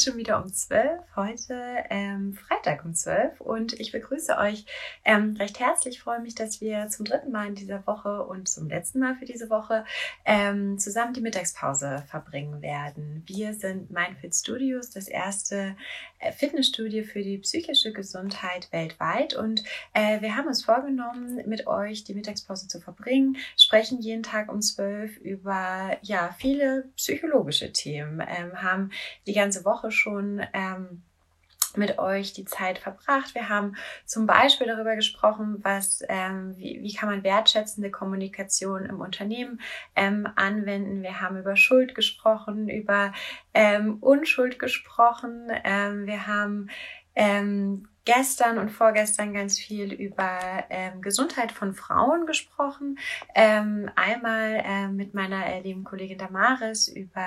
ist schon wieder um 12, heute Freitag um 12 und ich begrüße euch recht herzlich. Ich freue mich, dass wir zum dritten Mal in dieser Woche und zum letzten Mal für diese Woche zusammen die Mittagspause verbringen werden. Wir sind Mindfit Studios, das erste Fitnessstudio für die psychische Gesundheit weltweit und wir haben uns vorgenommen, mit euch die Mittagspause zu verbringen, sprechen jeden Tag um 12 über viele psychologische Themen, haben die ganze Woche schon mit euch die Zeit verbracht. Wir haben zum Beispiel darüber gesprochen, wie kann man wertschätzende Kommunikation im Unternehmen anwenden. Wir haben über Schuld gesprochen, über Unschuld gesprochen. Wir haben gestern und vorgestern ganz viel über Gesundheit von Frauen gesprochen. Einmal mit meiner lieben Kollegin Damaris über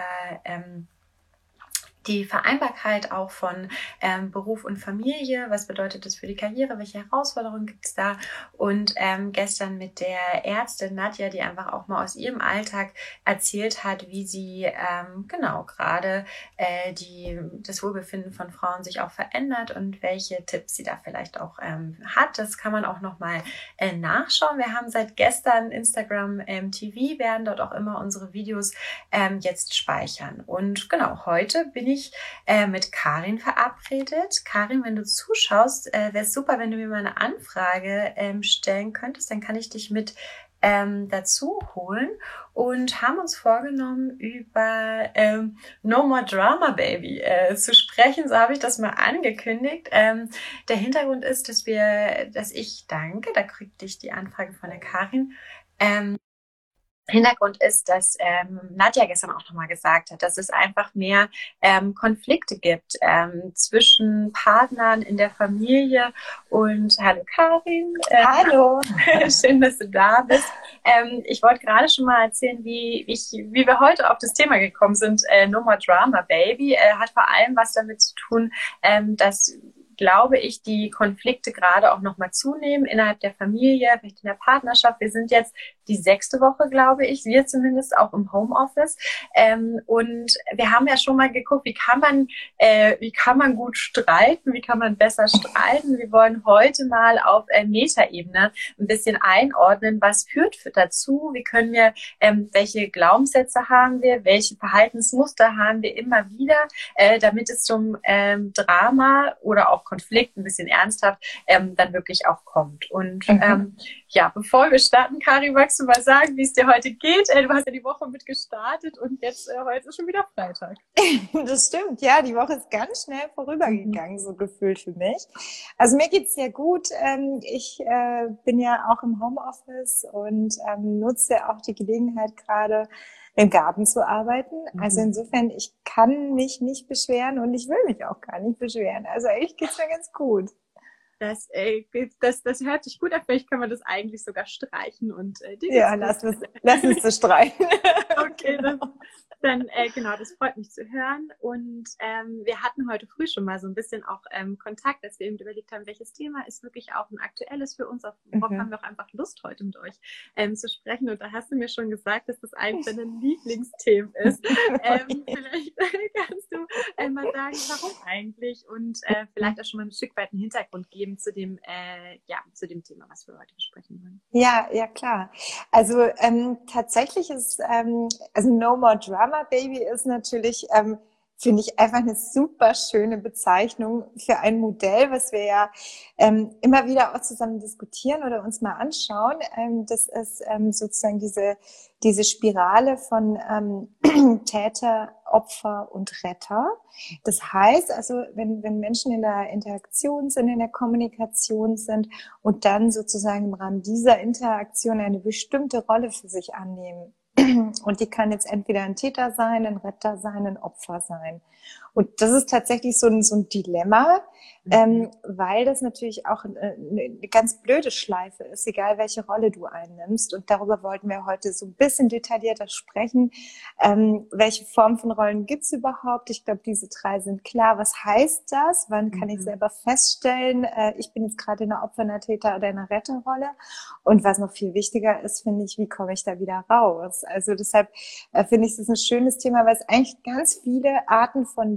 die Vereinbarkeit auch von Beruf und Familie. Was bedeutet das für die Karriere? Welche Herausforderungen gibt es da? Und gestern mit der Ärztin Nadja, die einfach auch mal aus ihrem Alltag erzählt hat, wie sie gerade das Wohlbefinden von Frauen sich auch verändert und welche Tipps sie da vielleicht auch hat. Das kann man auch nochmal nachschauen. Wir haben seit gestern Instagram TV, werden dort auch immer unsere Videos jetzt speichern. Und genau, heute bin ich mit Karin verabredet. Karin, wenn du zuschaust, wäre es super, wenn du mir mal eine Anfrage stellen könntest. Dann kann ich dich mit dazu holen und haben uns vorgenommen, über No More Drama Baby zu sprechen. So habe ich das mal angekündigt. Der Hintergrund ist, dass ich danke, da kriegte ich die Anfrage von der Karin, Hintergrund ist, dass Nadja gestern auch nochmal gesagt hat, dass es einfach mehr Konflikte gibt zwischen Partnern in der Familie. Und hallo Karin. Hallo. Schön, dass du da bist. Ich wollte gerade schon mal erzählen, wie wir heute auf das Thema gekommen sind. No More Drama Baby hat vor allem was damit zu tun, dass, glaube ich, die Konflikte gerade auch nochmal zunehmen innerhalb der Familie, vielleicht in der Partnerschaft. Wir sind jetzt die 6. Woche, glaube ich, wir zumindest auch im Homeoffice. Und wir haben ja schon mal geguckt, wie kann man gut streiten, wie kann man besser streiten. Wir wollen heute mal auf Metaebene ein bisschen einordnen, was führt dazu, wie können wir, welche Glaubenssätze haben wir, welche Verhaltensmuster haben wir immer wieder, damit es zum Drama oder auch Konflikt ein bisschen ernsthaft dann wirklich auch kommt. Und bevor wir starten, Kari, magst du mal sagen, wie es dir heute geht? Du hast ja die Woche mit gestartet und jetzt heute ist schon wieder Freitag. Das stimmt, ja, die Woche ist ganz schnell vorübergegangen, so gefühlt für mich. Also mir geht's sehr gut. Ich bin ja auch im Homeoffice und nutze auch die Gelegenheit gerade im Garten zu arbeiten. Also insofern, ich kann mich nicht beschweren und ich will mich auch gar nicht beschweren. Also eigentlich geht's mir ganz gut. Das hört sich gut an. Vielleicht kann man das eigentlich sogar streichen und lass uns so streichen. Okay, genau, das freut mich zu hören. Und wir hatten heute früh schon mal so ein bisschen auch Kontakt, dass wir eben überlegt haben, welches Thema ist wirklich auch ein aktuelles für uns. Worauf haben wir auch einfach Lust, heute mit euch zu sprechen. Und da hast du mir schon gesagt, dass das eines deiner Lieblingsthemen ist. Vielleicht kannst du mal sagen, warum eigentlich und vielleicht auch schon mal ein Stück weit einen Hintergrund geben zu dem Thema, was wir heute besprechen wollen. Ja, klar. Also tatsächlich ist No More Drama Baby ist natürlich, finde ich, einfach eine super schöne Bezeichnung für ein Modell, was wir ja immer wieder auch zusammen diskutieren oder uns mal anschauen. Das ist sozusagen diese Spirale von Täter, Opfer und Retter. Das heißt also, wenn Menschen in der Interaktion sind, in der Kommunikation sind und dann sozusagen im Rahmen dieser Interaktion eine bestimmte Rolle für sich annehmen, und die kann jetzt entweder ein Täter sein, ein Retter sein, ein Opfer sein. Und das ist tatsächlich so ein Dilemma, weil das natürlich auch eine ganz blöde Schleife ist, egal welche Rolle du einnimmst. Und darüber wollten wir heute so ein bisschen detaillierter sprechen. Welche Form von Rollen gibt's überhaupt? Ich glaube, diese 3 sind klar. Was heißt das? Wann kann ich selber feststellen, ich bin jetzt gerade in einer Opfer-, einer Täter- oder einer Retterrolle? Und was noch viel wichtiger ist, finde ich, wie komme ich da wieder raus? Also deshalb finde ich, das ist ein schönes Thema, weil es eigentlich ganz viele Arten von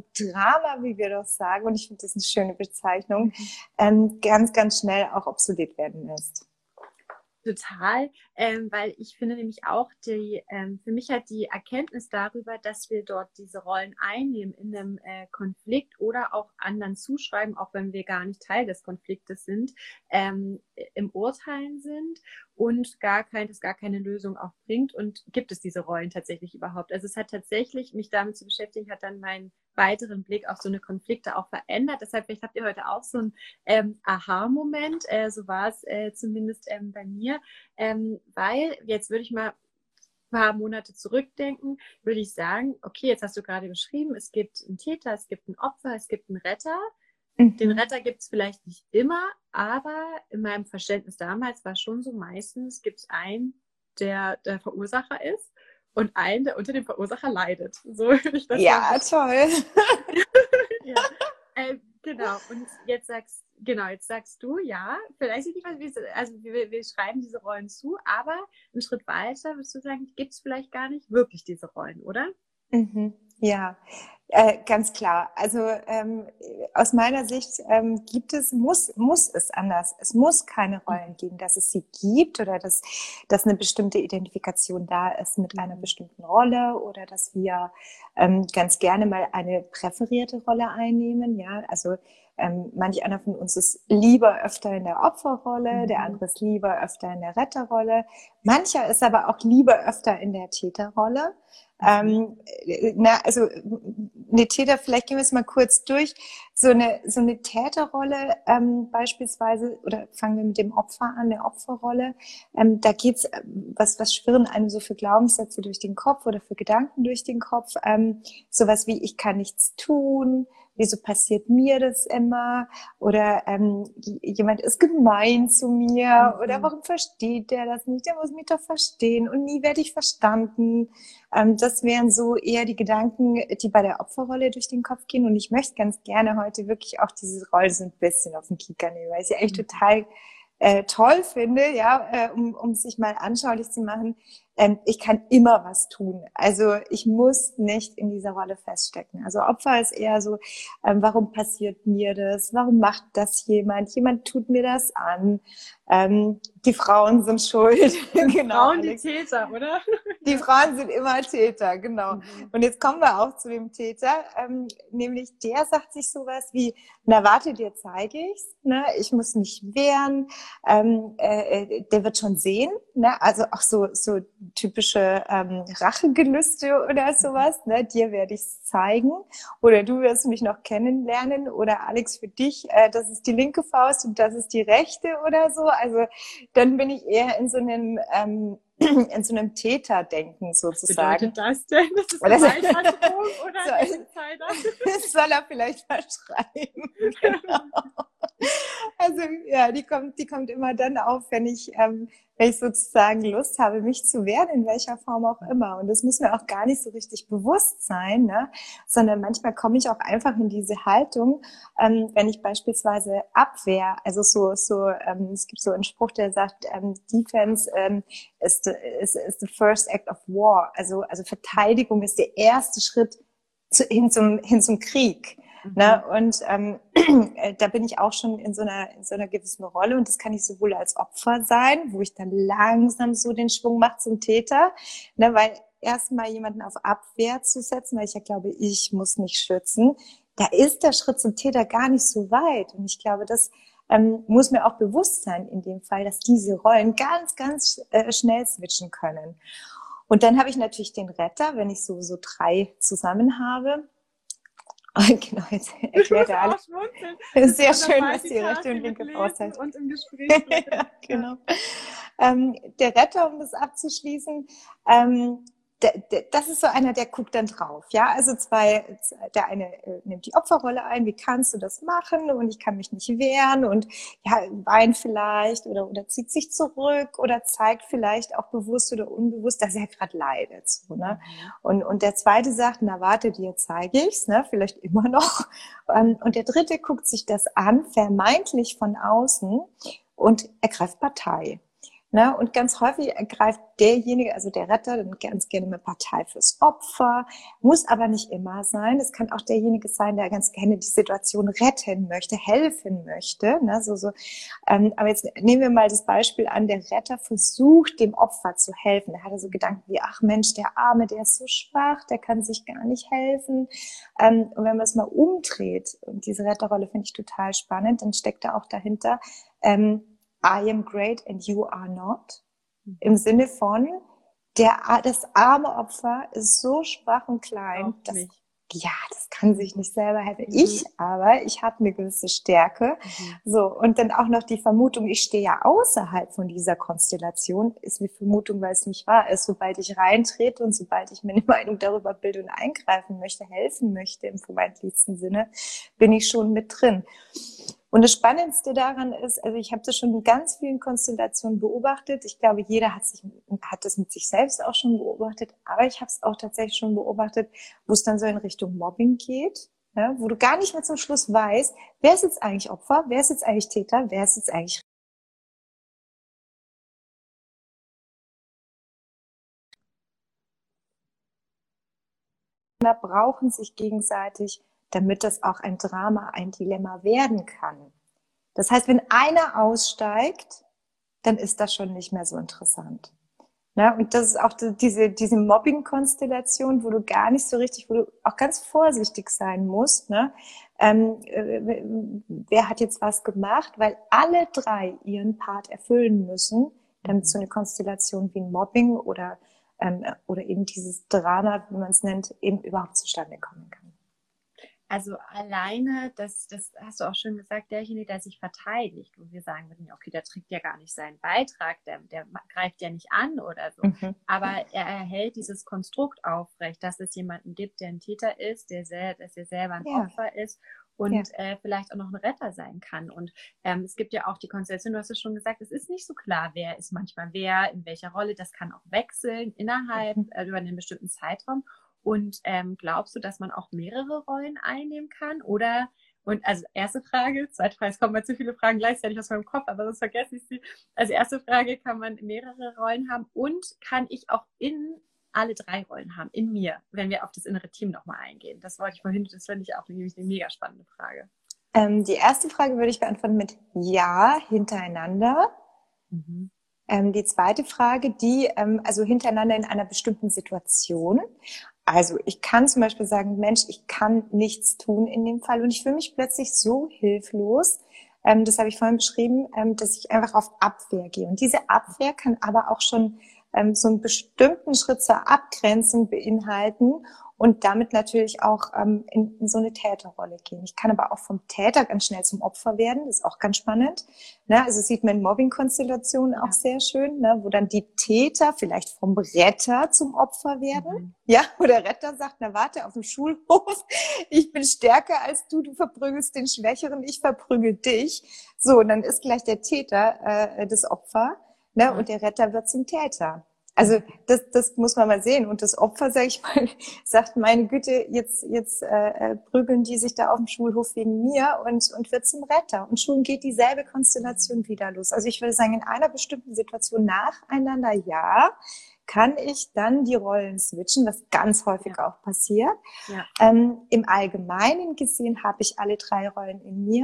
Drama, wie wir doch sagen, und ich finde das eine schöne Bezeichnung, ganz, ganz schnell auch obsolet werden lässt. Total, weil ich finde nämlich auch für mich halt die Erkenntnis darüber, dass wir dort diese Rollen einnehmen in einem Konflikt oder auch anderen zuschreiben, auch wenn wir gar nicht Teil des Konfliktes sind, im Urteilen sind und das gar keine Lösung auch bringt. Und gibt es diese Rollen tatsächlich überhaupt? Also es hat tatsächlich, mich damit zu beschäftigen, hat dann meinen weiteren Blick auf so eine Konflikte auch verändert. Deshalb, vielleicht habt ihr heute auch so ein Aha-Moment, so war es zumindest bei mir, weil jetzt würde ich mal ein paar Monate zurückdenken, würde ich sagen, okay, jetzt hast du gerade beschrieben, es gibt einen Täter, es gibt ein Opfer, es gibt einen Retter. Den Retter gibt es vielleicht nicht immer, aber in meinem Verständnis damals war schon so, meistens gibt es einen, der der Verursacher ist und einen, der unter dem Verursacher leidet. So würde ich das Ja, toll. ja. Genau, und jetzt sagst du, ja, vielleicht nicht, also wir schreiben diese Rollen zu, aber einen Schritt weiter würdest du sagen, gibt es vielleicht gar nicht wirklich diese Rollen, oder? Ja, ganz klar. Also aus meiner Sicht muss es anders. Es muss keine Rollen geben, dass es sie gibt oder dass eine bestimmte Identifikation da ist mit einer bestimmten Rolle oder dass wir ganz gerne mal eine präferierte Rolle einnehmen. Ja, also manch einer von uns ist lieber öfter in der Opferrolle, der andere ist lieber öfter in der Retterrolle. Mancher ist aber auch lieber öfter in der Täterrolle. Also eine Täter, vielleicht gehen wir es mal kurz durch. So eine Täterrolle beispielsweise, oder fangen wir mit dem Opfer an, der Opferrolle. Da geht's, was schwirren einem so für Glaubenssätze durch den Kopf oder für Gedanken durch den Kopf? Sowas wie, ich kann nichts tun. Wieso passiert mir das immer? Oder jemand ist gemein zu mir. Oder warum versteht der das nicht? Der muss mich doch verstehen. Und nie werde ich verstanden. Das wären so eher die Gedanken, die bei der Opferrolle durch den Kopf gehen. Und ich möchte ganz gerne heute wirklich auch diese Rolle so ein bisschen auf den Kieker nehmen, weil ich sie echt total toll finde, ja, um sich mal anschaulich zu machen. Ich kann immer was tun. Also ich muss nicht in dieser Rolle feststecken. Also Opfer ist eher so, warum passiert mir das? Warum macht das jemand? Jemand tut mir das an. Die Frauen sind schuld. Genau, Frauen Alex. Die Täter, oder? Die Frauen sind immer Täter, genau. Und jetzt kommen wir auch zu dem Täter, nämlich der sagt sich sowas wie, na warte, dir zeige ich's, ne? Ich muss mich wehren, der wird schon sehen, ne? Also auch so typische Rachegelüste oder sowas, ne? Dir werde ich's zeigen oder du wirst mich noch kennenlernen oder Alex, für dich, das ist die linke Faust und das ist die rechte oder so. Also dann bin ich eher in so einem Täterdenken sozusagen. Was bedeutet das denn? Das ist eine Waldverdrohung oder ein Insider? Das soll er vielleicht verschreiben. Genau. Also ja, die kommt immer dann auf, wenn ich sozusagen Lust habe, mich zu wehren, in welcher Form auch immer. Und das muss mir auch gar nicht so richtig bewusst sein, ne? Sondern manchmal komme ich auch einfach in diese Haltung, wenn ich beispielsweise abwehr. Also es gibt so einen Spruch, der sagt, Defense is the first act of war. Also Verteidigung ist der erste Schritt hin zum Krieg. Ne? Und da bin ich auch schon in so einer gewissen Rolle und das kann ich sowohl als Opfer sein, wo ich dann langsam so den Schwung mache zum Täter, ne? Weil erstmal jemanden auf Abwehr zu setzen, weil ich ja glaube, ich muss mich schützen, da ist der Schritt zum Täter gar nicht so weit und ich glaube, das muss mir auch bewusst sein in dem Fall, dass diese Rollen ganz, ganz schnell switchen können. Und dann habe ich natürlich den Retter, wenn ich so 3 zusammen habe. Genau, jetzt erklärt er alles. Sehr schön, was die rechte und linke Faust heißt. Und im Gespräch. Ja, genau. Der Retter, um das abzuschließen, das ist so einer, der guckt dann drauf. Ja, also der eine nimmt die Opferrolle ein, wie kannst du das machen? Und ich kann mich nicht wehren und ja, weint vielleicht oder zieht sich zurück oder zeigt vielleicht auch bewusst oder unbewusst, dass er gerade leidet. So, ne? Und der zweite sagt, na warte, dir zeige ich's, ne? Vielleicht immer noch. Und der dritte guckt sich das an, vermeintlich von außen und ergreift Partei. Ne? Und ganz häufig ergreift derjenige, also der Retter, dann ganz gerne eine Partei fürs Opfer, muss aber nicht immer sein. Es kann auch derjenige sein, der ganz gerne die Situation retten möchte, helfen möchte. Ne? Aber jetzt nehmen wir mal das Beispiel an, der Retter versucht, dem Opfer zu helfen. Der hatte so Gedanken wie, ach Mensch, der Arme, der ist so schwach, der kann sich gar nicht helfen. Und wenn man es mal umdreht, und diese Retterrolle finde ich total spannend, dann steckt da auch dahinter, I am great and you are not. Im Sinne von, das arme Opfer ist so schwach und klein, dass, ja, das kann sich nicht selber helfen. Ich habe eine gewisse Stärke. So, und dann auch noch die Vermutung, ich stehe ja außerhalb von dieser Konstellation, ist eine Vermutung, weil es nicht wahr ist. Sobald ich reintrete und sobald ich mir eine Meinung darüber bilde und eingreifen möchte, helfen möchte im vermeintlichsten Sinne, bin ich schon mit drin. Und das Spannendste daran ist, also ich habe das schon in ganz vielen Konstellationen beobachtet. Ich glaube, jeder hat das mit sich selbst auch schon beobachtet. Aber ich habe es auch tatsächlich schon beobachtet, wo es dann so in Richtung Mobbing geht, ja, wo du gar nicht mehr zum Schluss weißt, wer ist jetzt eigentlich Opfer, wer ist jetzt eigentlich Täter, wer ist jetzt eigentlich... brauchen sich gegenseitig, damit das auch ein Drama, ein Dilemma werden kann. Das heißt, wenn einer aussteigt, dann ist das schon nicht mehr so interessant. Ne? Und das ist auch diese Mobbing-Konstellation, wo du gar nicht so richtig, wo du auch ganz vorsichtig sein musst. Ne? Wer hat jetzt was gemacht? Weil alle drei ihren Part erfüllen müssen, damit so eine Konstellation wie ein Mobbing oder eben dieses Drama, wie man es nennt, eben überhaupt zustande kommen kann. Also alleine, das hast du auch schon gesagt, derjenige, der sich verteidigt, wo wir sagen würden, okay, der trägt ja gar nicht seinen Beitrag, der greift ja nicht an oder so. Aber er erhält dieses Konstrukt aufrecht, dass es jemanden gibt, der ein Täter ist, dass er selber ein Opfer ist und vielleicht auch noch ein Retter sein kann. Und es gibt ja auch die Konstellation, du hast es schon gesagt, es ist nicht so klar, wer ist manchmal wer, in welcher Rolle, das kann auch wechseln innerhalb, über einen bestimmten Zeitraum. Und glaubst du, dass man auch mehrere Rollen einnehmen kann? Oder, und also erste Frage, zweite Frage, es kommen mal zu viele Fragen gleichzeitig aus meinem Kopf, aber sonst vergesse ich sie. Also erste Frage, kann man mehrere Rollen haben und kann ich auch alle drei Rollen haben, in mir, wenn wir auf das innere Team nochmal eingehen? Das wollte ich vorhin, das finde ich auch nämlich eine mega spannende Frage. Die erste Frage würde ich beantworten mit Ja, hintereinander. Die zweite Frage, also hintereinander in einer bestimmten Situation. Also ich kann zum Beispiel sagen, Mensch, ich kann nichts tun in dem Fall und ich fühle mich plötzlich so hilflos, das habe ich vorhin beschrieben, dass ich einfach auf Abwehr gehe. Und diese Abwehr kann aber auch schon so einen bestimmten Schritt zur Abgrenzung beinhalten und damit natürlich auch in so eine Täterrolle gehen. Ich kann aber auch vom Täter ganz schnell zum Opfer werden, das ist auch ganz spannend. Ne? Also sieht man in Mobbing-Konstellationen auch sehr schön, ne? Wo dann die Täter vielleicht vom Retter zum Opfer werden. Ja, wo der Retter sagt, na warte, auf dem Schulhof, ich bin stärker als du verprügelst den Schwächeren, ich verprügel dich. So, und dann ist gleich der Täter das Opfer, ne? Und der Retter wird zum Täter. Also das muss man mal sehen. Und das Opfer, sag ich mal, sagt, meine Güte, jetzt prügeln die sich da auf dem Schulhof wegen mir und wird zum Retter. Und schon geht dieselbe Konstellation wieder los. Also ich würde sagen, in einer bestimmten Situation nacheinander, ja, kann ich dann die Rollen switchen, was ganz häufig auch passiert. Im Allgemeinen gesehen habe ich alle drei Rollen in mir.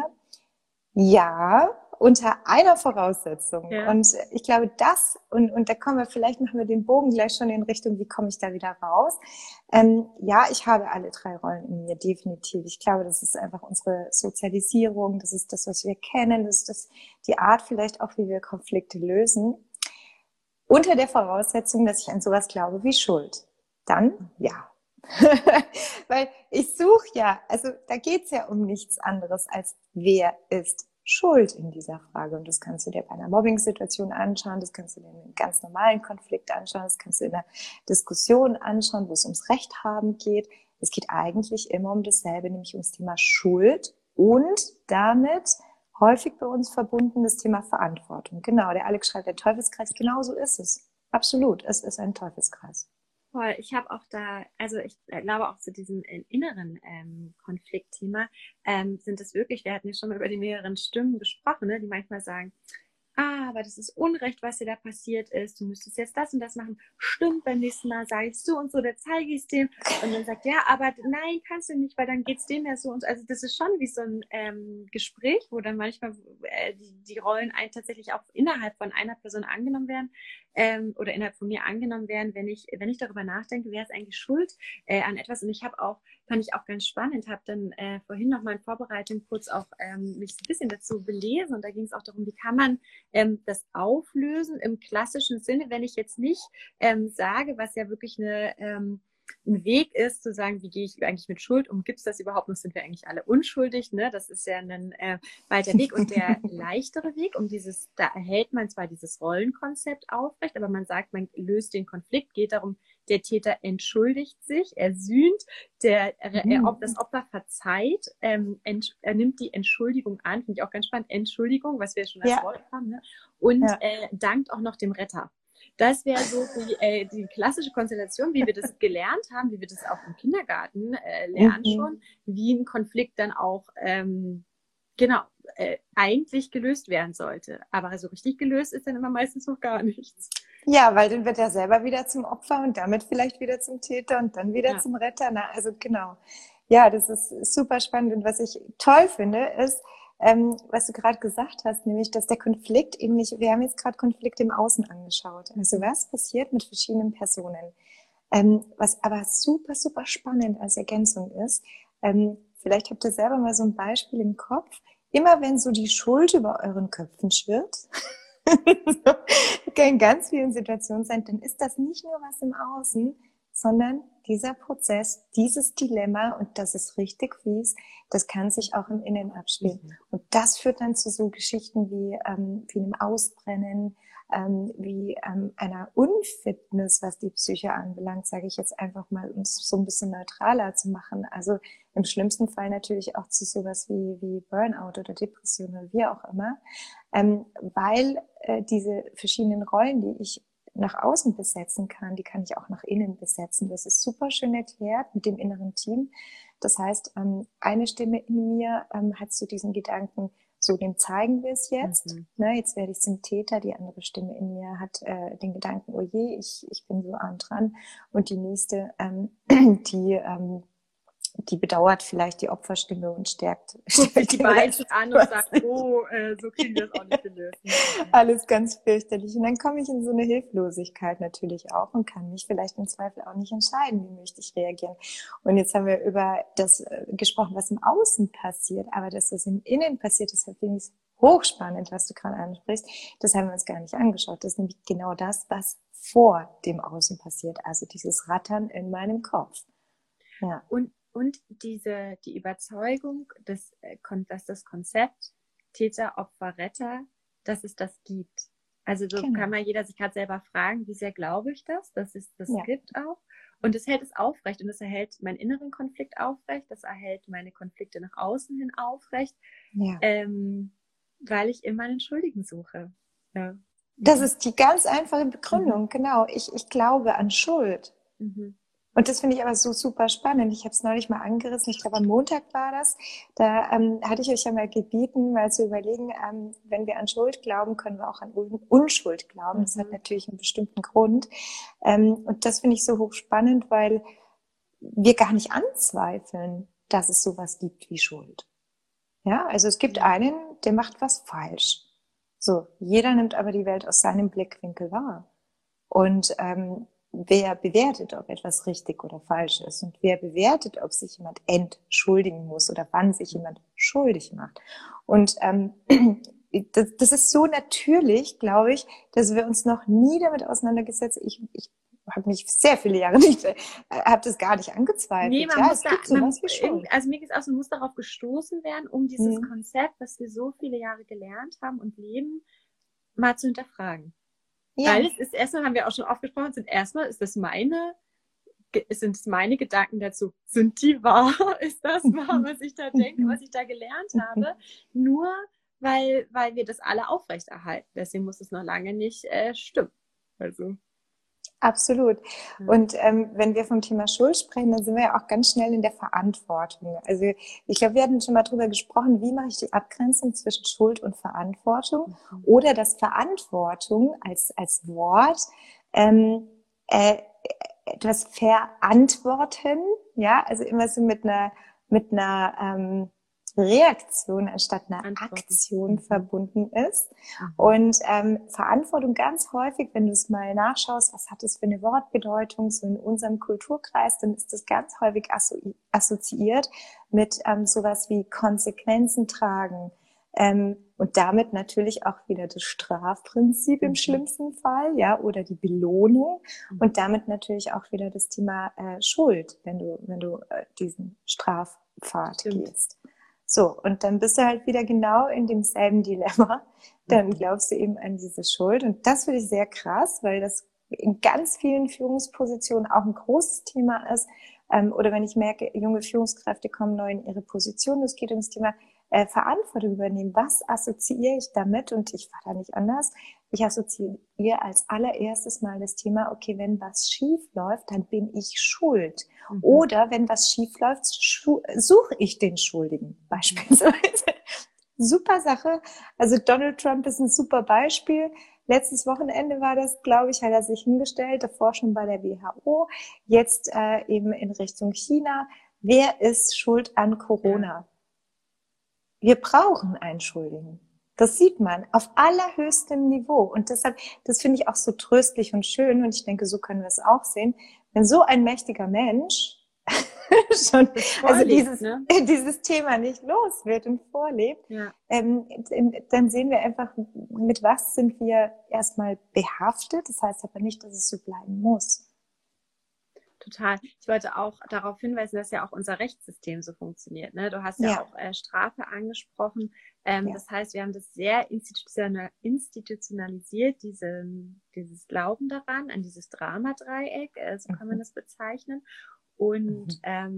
Ja, unter einer Voraussetzung. Ja. Und ich glaube, und da machen wir den Bogen gleich schon in Richtung, wie komme ich da wieder raus? Ja, ich habe alle drei Rollen in mir, definitiv. Ich glaube, das ist einfach unsere Sozialisierung, das ist das, was wir kennen, das ist die Art vielleicht auch, wie wir Konflikte lösen. Unter der Voraussetzung, dass ich an sowas glaube wie Schuld. Dann, ja. Weil ich suche ja, also da geht's ja um nichts anderes als wer ist schuld in dieser Frage. Und das kannst du dir bei einer Mobbing-Situation anschauen, das kannst du dir in einem ganz normalen Konflikt anschauen, das kannst du in einer Diskussion anschauen, wo es ums Recht haben geht. Es geht eigentlich immer um dasselbe, nämlich ums Thema Schuld und damit häufig bei uns verbunden das Thema Verantwortung. Genau, der Alex schreibt, der Teufelskreis, genau so ist es. Absolut, es ist ein Teufelskreis. Voll. Ich habe auch also ich glaube auch zu diesem inneren Konfliktthema sind es wirklich, wir hatten ja schon mal über die mehreren Stimmen gesprochen, ne, die manchmal sagen, aber das ist Unrecht, was dir da passiert ist, du müsstest jetzt das und das machen, stimmt, beim nächsten Mal sage ich so und so, da zeige ich es dem und dann sagt, ja, aber nein, kannst du nicht, weil dann geht es dem ja so und so. Also das ist schon wie so ein Gespräch, wo dann manchmal die Rollen tatsächlich auch innerhalb von einer Person angenommen werden oder innerhalb von mir angenommen werden, wenn ich darüber nachdenke, wer ist eigentlich schuld an etwas. Und ich habe auch, fand ich auch ganz spannend, habe dann vorhin noch mal in Vorbereitung kurz auch mich ein bisschen dazu belesen und da ging es auch darum, wie kann man das Auflösen im klassischen Sinne, wenn ich jetzt nicht sage, was ja wirklich ein Weg ist, zu sagen, wie gehe ich eigentlich mit Schuld um, gibt es das überhaupt noch, sind wir eigentlich alle unschuldig, ne? Das ist ja ein weiter Weg und der leichtere Weg, da erhält man zwar dieses Rollenkonzept aufrecht, aber man sagt, man löst den Konflikt, geht darum, der Täter entschuldigt sich, er sühnt, das Opfer verzeiht, er nimmt die Entschuldigung an, finde ich auch ganz spannend, Entschuldigung, was wir schon als Wort haben, ne? Und dankt auch noch dem Retter. Das wäre so die klassische Konstellation, wie wir das gelernt haben, wie wir das auch im Kindergarten lernen schon, wie ein Konflikt dann auch eigentlich gelöst werden sollte. Aber so richtig gelöst ist dann immer meistens noch gar nichts. Ja, weil dann wird er selber wieder zum Opfer und damit vielleicht wieder zum Täter und dann wieder zum Retter. Na, also genau. Ja, das ist super spannend. Und was ich toll finde, ist, was du gerade gesagt hast, nämlich, dass der Konflikt eben nicht, wir haben jetzt gerade Konflikte im Außen angeschaut. Also was passiert mit verschiedenen Personen? Was aber super, super spannend als Ergänzung ist, vielleicht habt ihr selber mal so ein Beispiel im Kopf. Immer wenn so die Schuld über euren Köpfen schwirrt, kann in ganz vielen Situationen sein, dann ist das nicht nur was im Außen, sondern dieser Prozess, dieses Dilemma, und das ist richtig fies, das kann sich auch im Innen abspielen. Und das führt dann zu so Geschichten wie einem Ausbrennen, wie einer Unfitness, was die Psyche anbelangt, sage ich jetzt einfach mal, um es so ein bisschen neutraler zu machen. Also im schlimmsten Fall natürlich auch zu sowas wie Burnout oder Depression oder wie auch immer, weil diese verschiedenen Rollen, die ich nach außen besetzen kann, die kann ich auch nach innen besetzen. Das ist super schön erklärt mit dem inneren Team. Das heißt, eine Stimme in mir hat so diesen Gedanken, so, dem zeigen wir es jetzt. Ne, jetzt werde ich zum Täter. Die andere Stimme in mir hat den Gedanken, oh je, ich bin so arm dran. Und die nächste, die bedauert vielleicht die Opferstimme und stärkt sich die beiden an und sagt, oh, so kriegen wir das auch nicht gelöst. Alles ganz fürchterlich. Und dann komme ich in so eine Hilflosigkeit natürlich auch und kann mich vielleicht im Zweifel auch nicht entscheiden, wie möchte ich reagieren. Und jetzt haben wir über das gesprochen, was im Außen passiert, aber das, was im Innen passiert, deshalb finde ich es hochspannend, was du gerade ansprichst. Das haben wir uns gar nicht angeschaut. Das ist nämlich genau das, was vor dem Außen passiert. Also dieses Rattern in meinem Kopf. Ja. Und die Überzeugung, dass das Konzept Täter, Opfer, Retter, dass es das gibt. Also so kann man jeder sich gerade selber fragen, wie sehr glaube ich das, dass es das gibt auch. Und es hält es aufrecht und es erhält meinen inneren Konflikt aufrecht, das erhält meine Konflikte nach außen hin aufrecht, weil ich immer einen Schuldigen suche. Ja. Das ist die ganz einfache Begründung, genau. Ich glaube an Schuld. Und das finde ich aber so super spannend. Ich habe es neulich mal angerissen. Ich glaube, am Montag war das. Da hatte ich euch ja mal gebeten, mal zu überlegen, wenn wir an Schuld glauben, können wir auch an Unschuld glauben. Das hat natürlich einen bestimmten Grund. Und das finde ich so hochspannend, weil wir gar nicht anzweifeln, dass es sowas gibt wie Schuld. Ja, also es gibt einen, der macht was falsch. So, jeder nimmt aber die Welt aus seinem Blickwinkel wahr. Und wer bewertet, ob etwas richtig oder falsch ist? Und wer bewertet, ob sich jemand entschuldigen muss oder wann sich jemand schuldig macht? Und das ist so natürlich, glaube ich, dass wir uns noch nie damit auseinandergesetzt. Ich habe mich sehr viele Jahre nicht, habe das gar nicht angezweifelt. Nee, also mir geht es auch so, man muss darauf gestoßen werden, um dieses Konzept, was wir so viele Jahre gelernt haben und leben, mal zu hinterfragen. Ja. Weil es ist erstmal, haben wir auch schon oft gesprochen, sind es meine Gedanken dazu. Sind die wahr? Ist das wahr, was ich da denke, was ich da gelernt habe? Nur weil wir das alle aufrechterhalten. Deswegen muss es noch lange nicht stimmen. Also. Absolut. Ja. Und wenn wir vom Thema Schuld sprechen, dann sind wir ja auch ganz schnell in der Verantwortung. Also ich glaube, wir hatten schon mal drüber gesprochen, wie mache ich die Abgrenzung zwischen Schuld und Verantwortung Mhm. oder dass Verantwortung als Wort ähm, äh, etwas verantworten, ja, also immer so mit einer Reaktion anstatt einer Antworten. Aktion verbunden ist. Mhm. Und Verantwortung ganz häufig, wenn du es mal nachschaust, was hat das für eine Wortbedeutung, so in unserem Kulturkreis, dann ist das ganz häufig assoziiert mit sowas wie Konsequenzen tragen. Und damit natürlich auch wieder das Strafprinzip im Mhm. schlimmsten Fall, ja, oder die Belohnung. Mhm. Und damit natürlich auch wieder das Thema Schuld, wenn du diesen Strafpfad Stimmt. gehst. So, und dann bist du halt wieder genau in demselben Dilemma. Dann Mhm. glaubst du eben an diese Schuld. Und das finde ich sehr krass, weil das in ganz vielen Führungspositionen auch ein großes Thema ist. Oder wenn ich merke, junge Führungskräfte kommen neu in ihre Position, es geht ums Thema Verantwortung übernehmen. Was assoziiere ich damit? Und ich war da nicht anders. Ich assoziiere als allererstes mal das Thema, okay, wenn was schief läuft, dann bin ich schuld. Mhm. Oder wenn was schief läuft, suche ich den Schuldigen Mhm. beispielsweise. Super Sache. Also Donald Trump ist ein super Beispiel. Letztes Wochenende war das, glaube ich, hat er sich hingestellt, davor schon bei der WHO, jetzt eben in Richtung China. Wer ist schuld an Ja. Corona? Wir brauchen einen Schuldigen. Das sieht man auf allerhöchstem Niveau. Und deshalb, das finde ich auch so tröstlich und schön. Und ich denke, so können wir es auch sehen. Wenn so ein mächtiger Mensch schon, Das also vorlebt, ne? dieses Thema nicht los wird und vorlebt, Ja. dann sehen wir einfach, mit was sind wir erstmal behaftet. Das heißt aber nicht, dass es so bleiben muss. Total. Ich wollte auch darauf hinweisen, dass ja auch unser Rechtssystem so funktioniert. Ne? Du hast ja Ja, auch Strafe angesprochen. ja. Das heißt, wir haben das sehr institutionalisiert, dieses Glauben daran, an dieses Dramadreieck, so kann man Mhm. das bezeichnen. Mhm.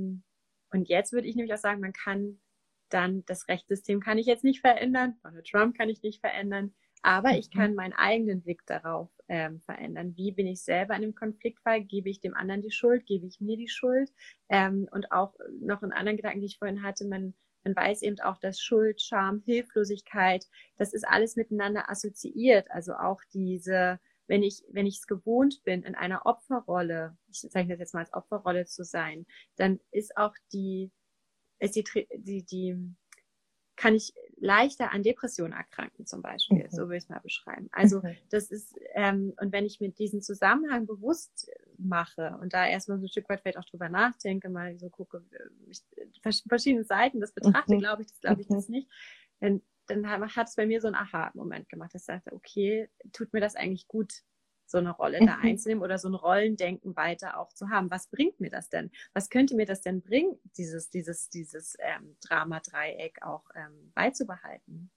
Und jetzt würde ich nämlich auch sagen, man kann dann, das Rechtssystem kann ich jetzt nicht verändern, Donald Trump kann ich nicht verändern, aber ich Mhm. kann meinen eigenen Blick darauf verändern. Wie bin ich selber in einem Konfliktfall? Gebe ich dem anderen die Schuld? Gebe ich mir die Schuld? Und auch noch einen anderen Gedanken, die ich vorhin hatte, man weiß eben auch, dass Schuld, Scham, Hilflosigkeit, das ist alles miteinander assoziiert. Also auch diese, wenn ich es gewohnt bin, in einer Opferrolle, ich zeichne das jetzt mal als Opferrolle zu sein, dann ist auch die kann ich leichter an Depressionen erkranken zum Beispiel. So Mhm. will ich es mal beschreiben. Also Mhm. das ist, und wenn ich mir diesen Zusammenhang bewusst mache und da erstmal so ein Stück weit vielleicht auch drüber nachdenke, mal so gucke, verschiedene Seiten das betrachte, Mhm. glaube ich Mhm. das nicht, dann hat es bei mir so einen Aha-Moment gemacht, dass ich sagte, okay, tut mir das eigentlich gut, so eine Rolle da Mhm. einzunehmen oder so ein Rollendenken weiter auch zu haben. Was bringt mir das denn? Was könnte mir das denn bringen, dieses Drama-Dreieck auch beizubehalten?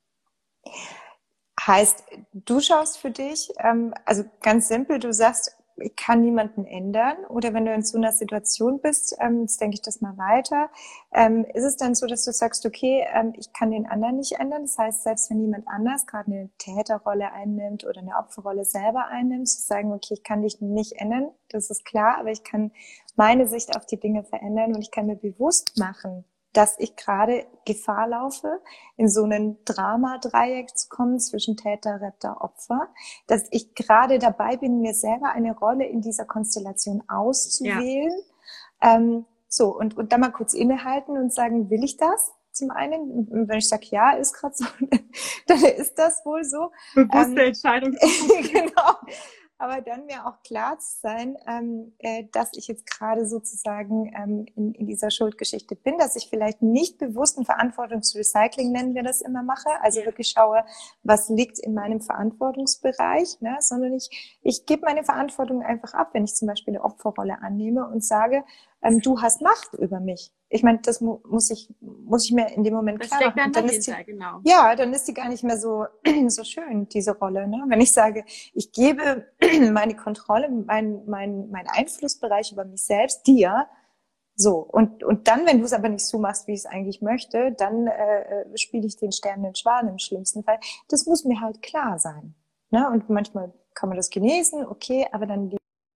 Heißt, du schaust für dich, also ganz simpel, du sagst, ich kann niemanden ändern. Oder wenn du in so einer Situation bist, jetzt denke ich das mal weiter, ist es dann so, dass du sagst, okay, ich kann den anderen nicht ändern. Das heißt, selbst wenn jemand anders gerade eine Täterrolle einnimmt oder eine Opferrolle selber einnimmt, zu sagen, okay, ich kann dich nicht ändern, das ist klar, aber ich kann meine Sicht auf die Dinge verändern und ich kann mir bewusst machen, dass ich gerade Gefahr laufe, in so einen Drama-Dreieck zu kommen zwischen Täter, Retter, Opfer, dass ich gerade dabei bin, mir selber eine Rolle in dieser Konstellation Ja, auszuwählen. So, und dann mal kurz innehalten und sagen, will ich das? Zum einen, und wenn ich sage, ja, ist gerade so, dann ist das wohl so. bewusste Ähm, Entscheidung zu treffen. genau. Aber dann mir auch klar zu sein, dass ich jetzt gerade sozusagen in dieser Schuldgeschichte bin, dass ich vielleicht nicht bewusst ein Verantwortungsrecycling, nennen wir das immer, mache. Also Ja, wirklich schaue, was liegt in meinem Verantwortungsbereich, ne? Sondern ich gebe meine Verantwortung einfach ab, wenn ich zum Beispiel eine Opferrolle annehme und sage, du hast Macht über mich. Ich meine, das muss ich mir in dem Moment das klar steckt machen. dann Und dann ist dahinter, genau. dann ist die gar nicht mehr so, so schön, diese Rolle. Ne? Wenn ich sage, ich gebe meine Kontrolle, mein Einflussbereich über mich selbst dir, so. Und dann, wenn du es aber nicht so machst, wie ich es eigentlich möchte, dann spiele ich den sterbenden Schwan im schlimmsten Fall. Das muss mir halt klar sein. Ne? Und manchmal kann man das genießen, okay, aber dann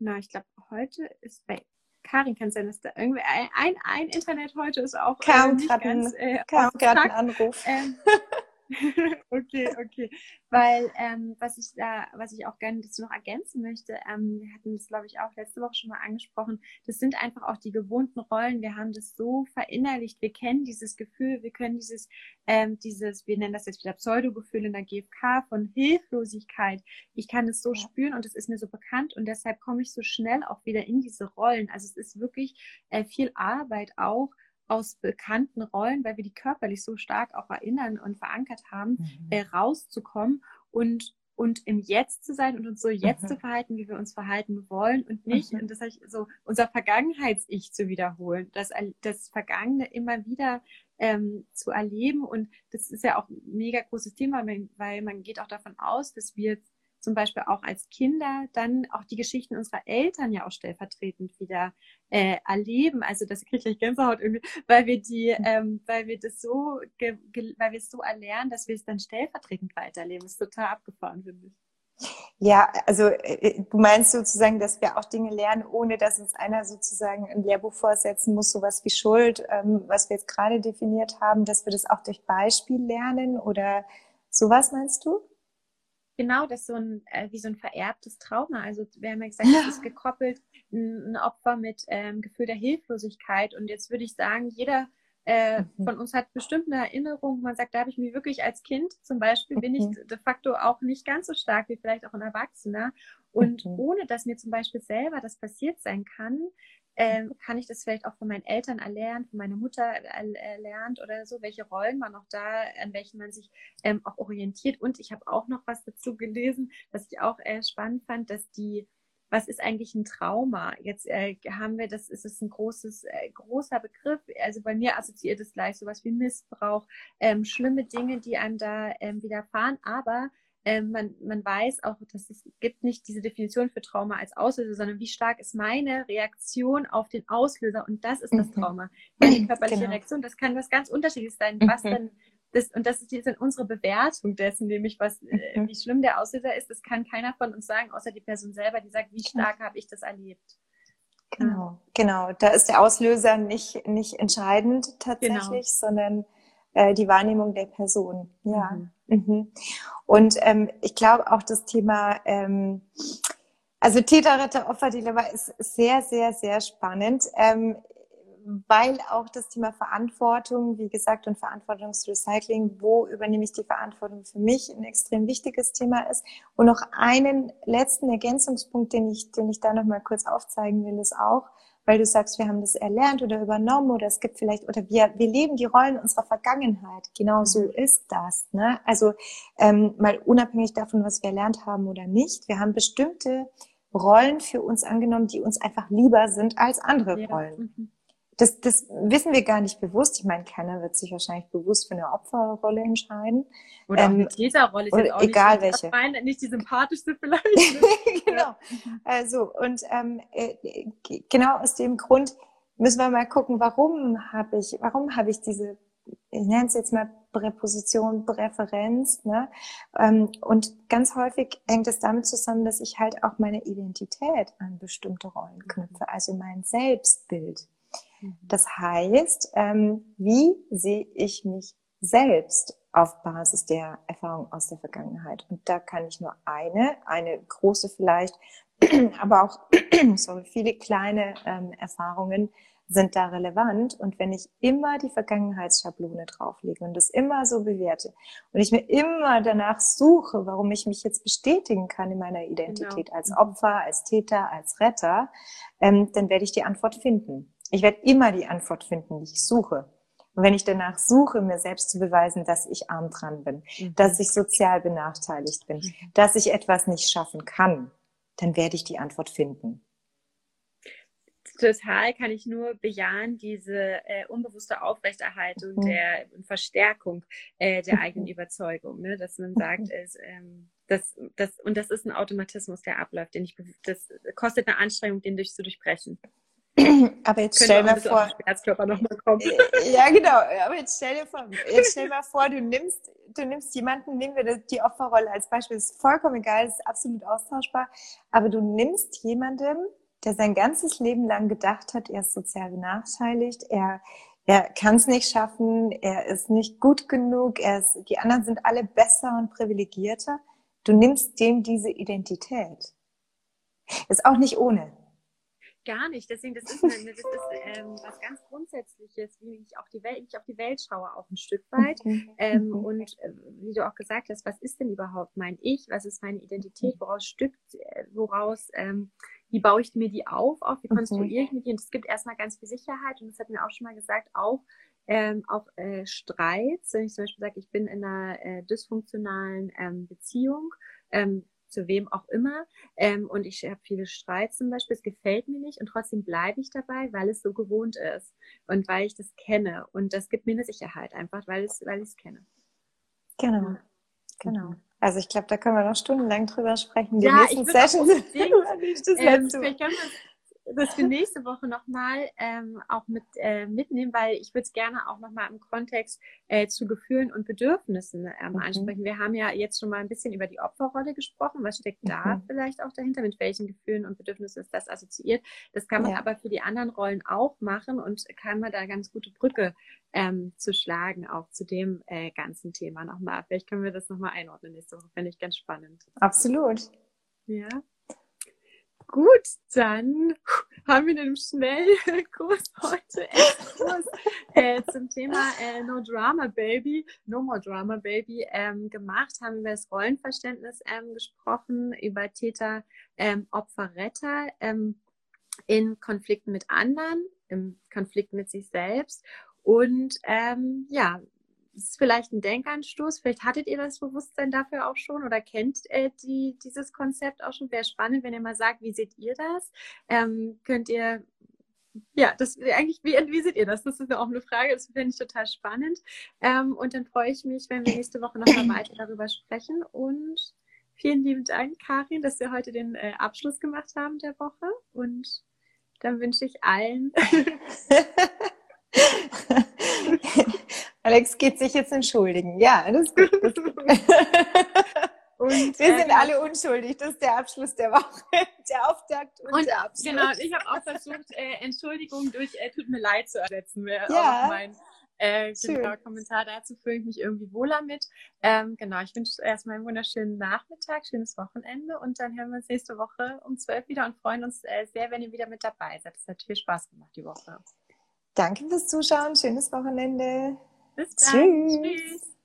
Genau, ich glaube, heute ist bei Karin, kann es sein, dass da irgendwie ein Internet heute ist auch nicht ganz auf kam gerade ein Zack. Anruf. Okay. Weil was ich auch gerne dazu noch ergänzen möchte, wir hatten das, glaube ich, auch letzte Woche schon mal angesprochen, das sind einfach auch die gewohnten Rollen. Wir haben das so verinnerlicht, wir kennen dieses Gefühl, wir können wir nennen das jetzt wieder Pseudogefühl in der GfK von Hilflosigkeit. Ich kann es so spüren und es ist mir so bekannt und deshalb komme ich so schnell auch wieder in diese Rollen. Also es ist wirklich viel Arbeit auch, aus bekannten Rollen, weil wir die körperlich so stark auch erinnern und verankert haben, rauszukommen und im Jetzt zu sein und uns so jetzt zu verhalten, wie wir uns verhalten wollen und nicht, und das heißt so, unser Vergangenheits-Ich zu wiederholen, das Vergangene immer wieder zu erleben. Und das ist ja auch ein mega großes Thema, weil man geht auch davon aus, dass wir zum Beispiel auch als Kinder dann auch die Geschichten unserer Eltern ja auch stellvertretend wieder erleben. Also das kriege ich gleich Gänsehaut irgendwie, weil wir es so erlernen, dass wir es dann stellvertretend weiterleben. Das ist total abgefahren, finde ich. Ja, also du meinst sozusagen, dass wir auch Dinge lernen, ohne dass uns einer sozusagen ein Lehrbuch vorsetzen muss, sowas wie Schuld, was wir jetzt gerade definiert haben, dass wir das auch durch Beispiel lernen oder sowas meinst du? Genau, das ist wie so ein vererbtes Trauma. Also wir haben ja gesagt, es ist gekoppelt, ein Opfer mit Gefühl der Hilflosigkeit. Und jetzt würde ich sagen, jeder von uns hat bestimmt eine Erinnerung, wo man sagt, da habe ich mich wirklich als Kind zum Beispiel, bin ich de facto auch nicht ganz so stark wie vielleicht auch ein Erwachsener. Und ohne dass mir zum Beispiel selber das passiert sein kann, kann ich das vielleicht auch von meinen Eltern erlernen, von meiner Mutter erlernt oder so, welche Rollen man auch da, an welchen man sich auch orientiert. Und ich habe auch noch was dazu gelesen, was ich auch spannend fand, was ist eigentlich ein Trauma? Jetzt haben wir ist es ein großer Begriff. Also bei mir assoziiert es gleich sowas wie Missbrauch, schlimme Dinge, die einem da widerfahren. Aber man weiß auch, dass es gibt nicht diese Definition für Trauma als Auslöser, sondern wie stark ist meine Reaktion auf den Auslöser, und das ist das Trauma. Meine körperliche Reaktion, das kann was ganz Unterschiedliches sein, was dann das ist jetzt dann unsere Bewertung dessen, nämlich wie schlimm der Auslöser ist, das kann keiner von uns sagen, außer die Person selber, die sagt, wie stark habe ich das erlebt. Genau. Da ist der Auslöser nicht entscheidend tatsächlich, sondern die Wahrnehmung der Person. Ja. Und ich glaube auch das Thema, also Täter, Retter, Opfer-Dilemma ist sehr, sehr, sehr spannend. Weil auch das Thema Verantwortung, wie gesagt, und Verantwortungsrecycling, wo übernehme ich die Verantwortung, für mich ein extrem wichtiges Thema ist. Und noch einen letzten Ergänzungspunkt, den ich da noch mal kurz aufzeigen will, ist auch, weil du sagst, wir haben das erlernt oder übernommen oder es gibt vielleicht, oder wir leben die Rollen unserer Vergangenheit. Genau so ist das, ne? Also mal unabhängig davon, was wir erlernt haben oder nicht, wir haben bestimmte Rollen für uns angenommen, die uns einfach lieber sind als andere Rollen. Das wissen wir gar nicht bewusst. Ich meine, keiner wird sich wahrscheinlich bewusst für eine Opferrolle entscheiden. Oder auch eine Täterrolle ist jetzt auch egal nicht, welche. Nicht die sympathischste vielleicht. Genau. Also, und genau aus dem Grund müssen wir mal gucken, warum habe ich diese, ich nenne es jetzt mal Präposition, Präferenz, ne? Und ganz häufig hängt es damit zusammen, dass ich halt auch meine Identität an bestimmte Rollen knüpfe, also mein Selbstbild. Das heißt, wie sehe ich mich selbst auf Basis der Erfahrung aus der Vergangenheit? Und da kann ich nur eine große vielleicht, aber auch viele kleine Erfahrungen sind da relevant. Und wenn ich immer die Vergangenheitsschablone drauflege und das immer so bewerte und ich mir immer danach suche, warum ich mich jetzt bestätigen kann in meiner Identität als Opfer, als Täter, als Retter, dann werde ich die Antwort finden. Ich werde immer die Antwort finden, die ich suche. Und wenn ich danach suche, mir selbst zu beweisen, dass ich arm dran bin, dass ich sozial benachteiligt bin, dass ich etwas nicht schaffen kann, dann werde ich die Antwort finden. Total, kann ich nur bejahen, diese unbewusste Aufrechterhaltung und Verstärkung der eigenen Überzeugung, ne? Dass man sagt, das ist ein Automatismus, der abläuft, das kostet eine Anstrengung, den zu durchbrechen. Aber jetzt Könnte stell auch ein mal bisschen auf vor, den Schmerzkörper nochmal kommen. ja genau, aber jetzt stell mal vor, du nimmst jemanden, nehmen wir die Opferrolle als Beispiel, ist vollkommen egal, ist absolut austauschbar, aber du nimmst jemanden, der sein ganzes Leben lang gedacht hat, er ist sozial benachteiligt, er kann es nicht schaffen, er ist nicht gut genug, die anderen sind alle besser und privilegierter. Du nimmst dem diese Identität. Ist auch nicht ohne. Gar nicht. Deswegen, was ganz Grundsätzliches, wie ich auf die Welt schaue, auch ein Stück weit. Und wie du auch gesagt hast, was ist denn überhaupt mein Ich? Was ist meine Identität? Wie baue ich mir die auf? Wie konstruiere ich mir die? Und es gibt erstmal ganz viel Sicherheit. Und das hat mir auch schon mal gesagt, auch Streits. Wenn ich zum Beispiel sage, ich bin in einer dysfunktionalen Beziehung, zu wem auch immer, und ich habe viele Streits zum Beispiel, es gefällt mir nicht und trotzdem bleibe ich dabei, weil es so gewohnt ist und weil ich das kenne und das gibt mir eine Sicherheit einfach, weil ich es kenne. Genau, genau. Also ich glaube, da können wir noch stundenlang drüber sprechen. Die Ja, nächsten ich würde auch Sessions unbedingt, das dazu. vielleicht können wir das für nächste Woche nochmal auch mitnehmen, weil ich würde es gerne auch nochmal im Kontext zu Gefühlen und Bedürfnissen ansprechen. Wir haben ja jetzt schon mal ein bisschen über die Opferrolle gesprochen. Was steckt da vielleicht auch dahinter? Mit welchen Gefühlen und Bedürfnissen ist das assoziiert? Das kann man aber für die anderen Rollen auch machen und kann man da ganz gute Brücke zu schlagen, auch zu dem ganzen Thema nochmal. Vielleicht können wir das nochmal einordnen nächste Woche. Fände ich ganz spannend. Absolut. Ja. Gut, dann haben wir einen Schnellkurs heute Exkurs zum Thema No More Drama Baby gemacht, haben über das Rollenverständnis gesprochen, über Täter, Opfer, Retter in Konflikten mit anderen, im Konflikt mit sich selbst und das ist vielleicht ein Denkanstoß. Vielleicht hattet ihr das Bewusstsein dafür auch schon oder kennt dieses Konzept auch schon. Wäre spannend, wenn ihr mal sagt, wie seht ihr das? Könnt ihr, wie seht ihr das? Das ist auch eine Frage, das finde ich total spannend. Und dann freue ich mich, wenn wir nächste Woche nochmal weiter darüber sprechen. Und vielen lieben Dank, Karin, dass wir heute den Abschluss gemacht haben der Woche. Und dann wünsche ich allen... Alex geht sich jetzt entschuldigen. Ja, das ist gut. Das ist gut. Und wir sind alle unschuldig. Das ist der Abschluss der Woche. Der Auftakt und der Abschluss. Genau, ich habe auch versucht, Entschuldigung durch tut mir leid zu ersetzen. Wäre auch mein Kommentar dazu, fühle ich mich irgendwie wohler mit. Genau, ich wünsche erstmal einen wunderschönen Nachmittag, schönes Wochenende und dann hören wir uns nächste Woche um 12 wieder und freuen uns sehr, wenn ihr wieder mit dabei seid. Es hat viel Spaß gemacht die Woche. Danke fürs Zuschauen. Schönes Wochenende. Bis dann. Tschüss.